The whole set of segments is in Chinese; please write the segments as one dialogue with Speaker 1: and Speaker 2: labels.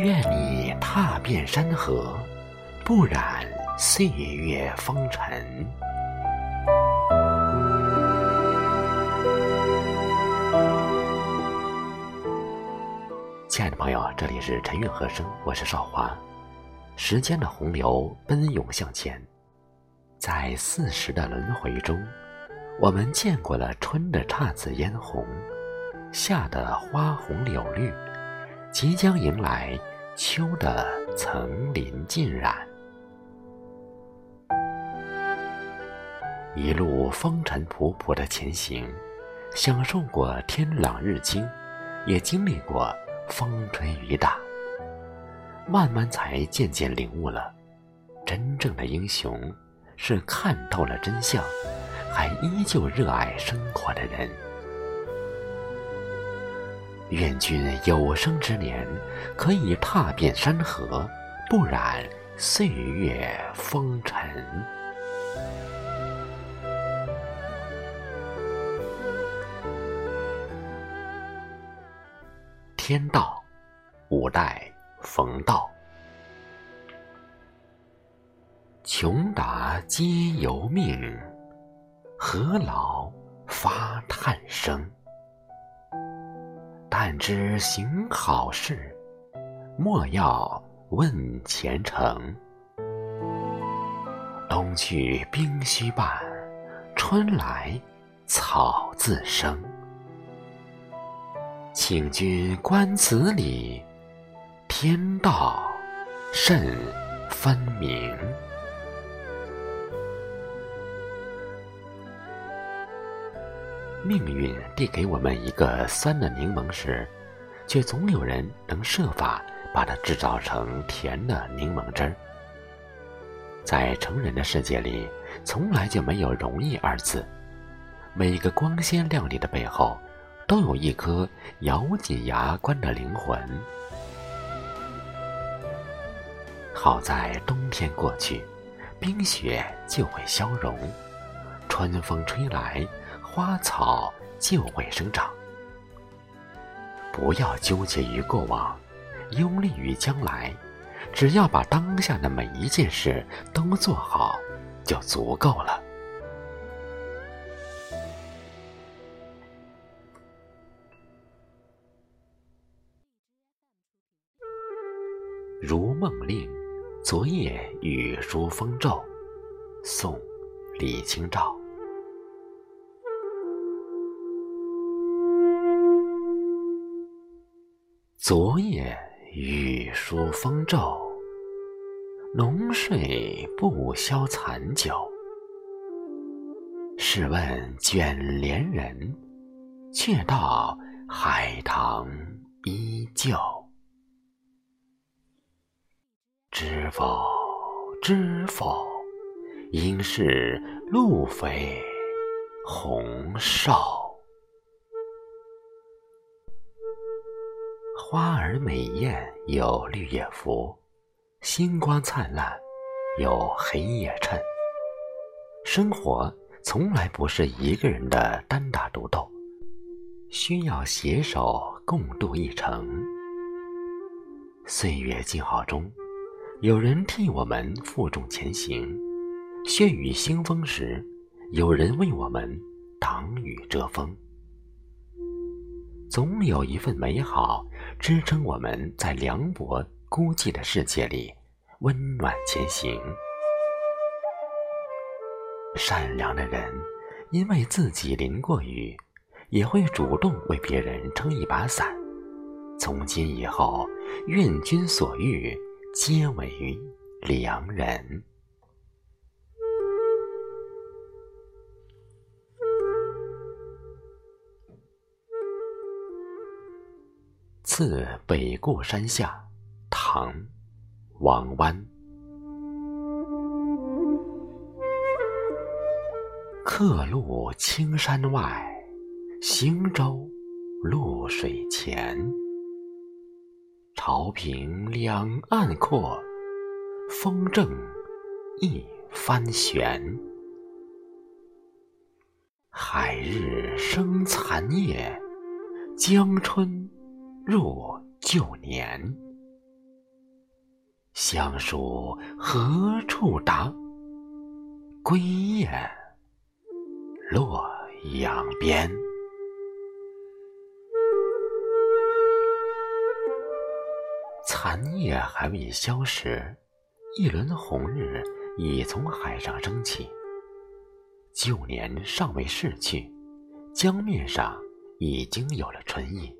Speaker 1: 愿你踏遍山河，不染岁月风尘。亲爱的朋友，这里是晨韵和声，我是少华。时间的洪流奔涌向前，在40的轮回中，我们见过了春的姹紫嫣红，夏的花红柳绿，即将迎来秋的层林尽染。一路风尘仆仆的前行，享受过天朗日清，也经历过风吹雨打，慢慢才渐渐领悟了，真正的英雄是看透了真相，还依旧热爱生活的人。愿君有生之年，可以踏遍山河，不染岁月风尘。天道，五代冯道。穷达皆由命，何劳发叹声。但知行好事，莫要问前程。冬去冰须半，春来草自生。请君观此理，天道甚分明。命运递给我们一个酸的柠檬时，却总有人能设法把它制造成甜的柠檬汁儿。在成人的世界里，从来就没有容易二字，每个光鲜亮丽的背后，都有一颗咬紧牙关的灵魂。好在冬天过去，冰雪就会消融，春风吹来，花草就会生长。不要纠结于过往，忧虑于将来，只要把当下的每一件事都做好，就足够了。如梦令，昨夜雨疏风骤。宋·李清照。昨夜雨疏风骤，浓睡不消残酒。试问卷帘人，却道海棠依旧。知否，知否，应是路飞红瘦。花儿美艳有绿叶扶，星光灿烂有黑夜衬。生活从来不是一个人的单打独斗，需要携手共度一程。岁月静好中，有人替我们负重前行，血雨腥风时，有人为我们挡雨遮风。总有一份美好支撑我们在凉薄孤寂的世界里温暖前行。善良的人因为自己淋过雨，也会主动为别人撑一把伞。从今以后，愿君所遇皆为良人。次北固山下，唐·王湾。客路青山外，行舟渌水前。潮平两岸阔，风正一帆悬。海日生残夜，江春入旧年。 乡书何处达？归雁洛阳边。残夜还未消时，一轮红日已从海上升起。旧年尚未逝去，江面上已经有了春意。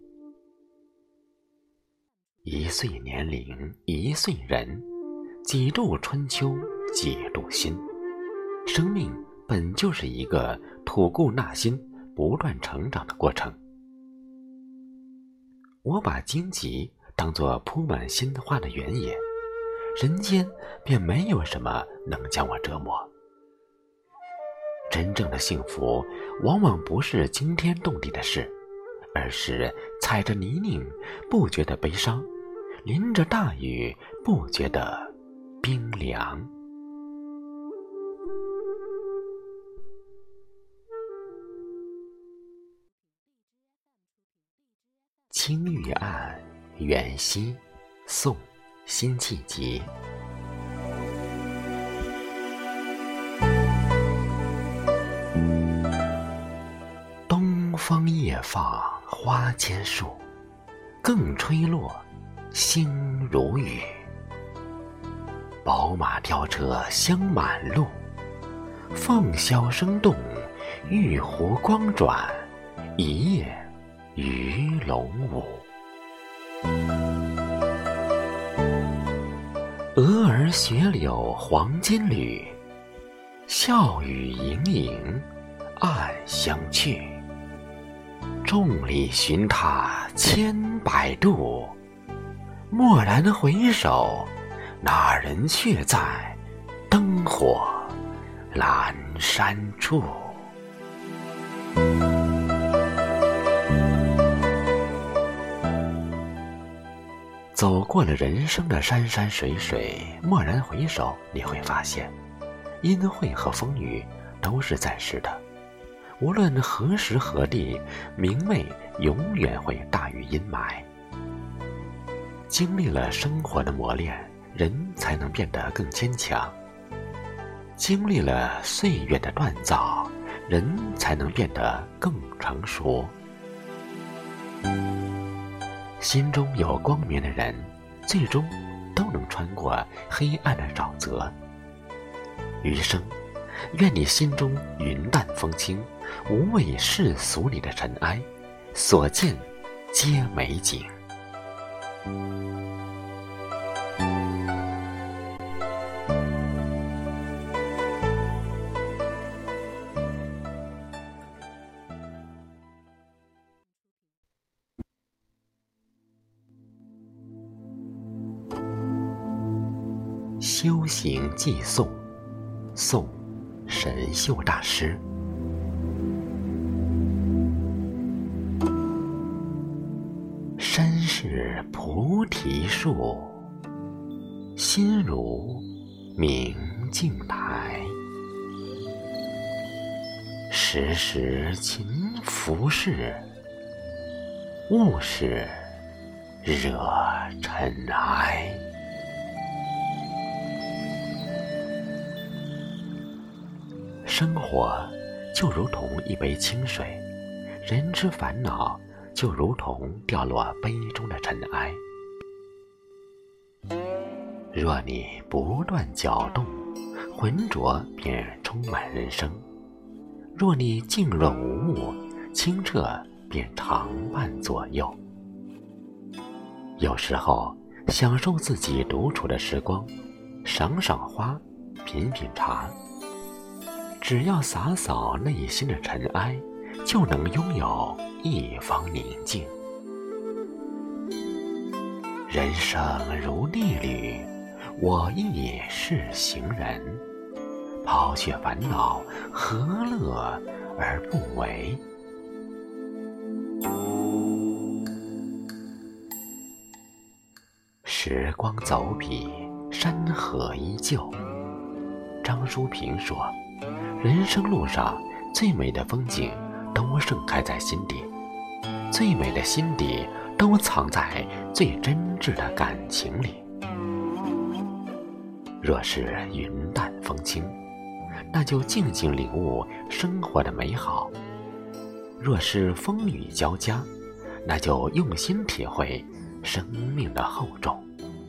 Speaker 1: 一岁年龄一岁人，几度春秋几度新。生命本就是一个吐故纳新、不断成长的过程。我把荆棘当作铺满新花的原野，人间便没有什么能将我折磨。真正的幸福往往不是惊天动地的事，而是踩着泥泞不觉得悲伤，淋着大雨不觉得冰凉。青玉案·元夕，宋·辛弃疾。东风夜放花千树，更吹落，星如雨。宝马雕车香满路，凤箫声动，玉壶光转，一夜鱼龙舞。蛾儿雪柳黄金缕，笑语盈盈暗香去。众里寻他千百度，蓦然回首，那人却在灯火阑珊处。走过了人生的山山水水，蓦然回首，你会发现，阴晦和风雨都是暂时的。无论何时何地，明媚永远会大于阴霾。经历了生活的磨练，人才能变得更坚强；经历了岁月的锻造，人才能变得更成熟。心中有光明的人，最终都能穿过黑暗的沼泽。余生，愿你心中云淡风轻，无畏世俗里的尘埃，所见皆美景。修行寄颂，宋，神秀大师。身是菩提树，心如明镜台。时时勤拂拭，勿使惹尘埃。生活就如同一杯清水，人之烦恼就如同掉落杯中的尘埃。若你不断搅动，浑浊便充满人生；若你静若无物，清澈便常伴左右。有时候，享受自己独处的时光，赏赏花，品品茶。只要洒扫内心的尘埃，就能拥有一方宁静。人生如逆旅，我亦是行人。抛却烦恼，何乐而不为？时光走笔，山河依旧。张淑平说，人生路上最美的风景都盛开在心底，最美的心底都藏在最真挚的感情里。 若是云淡风轻，那就静静领悟生活的美好；若是风雨交加，那就用心体会生命的厚重。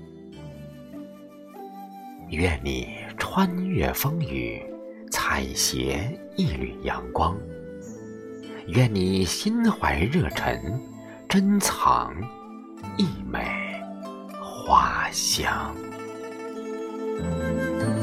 Speaker 1: 愿你穿越风雨，采撷一缕阳光；愿你心怀热忱，珍藏一枚花香。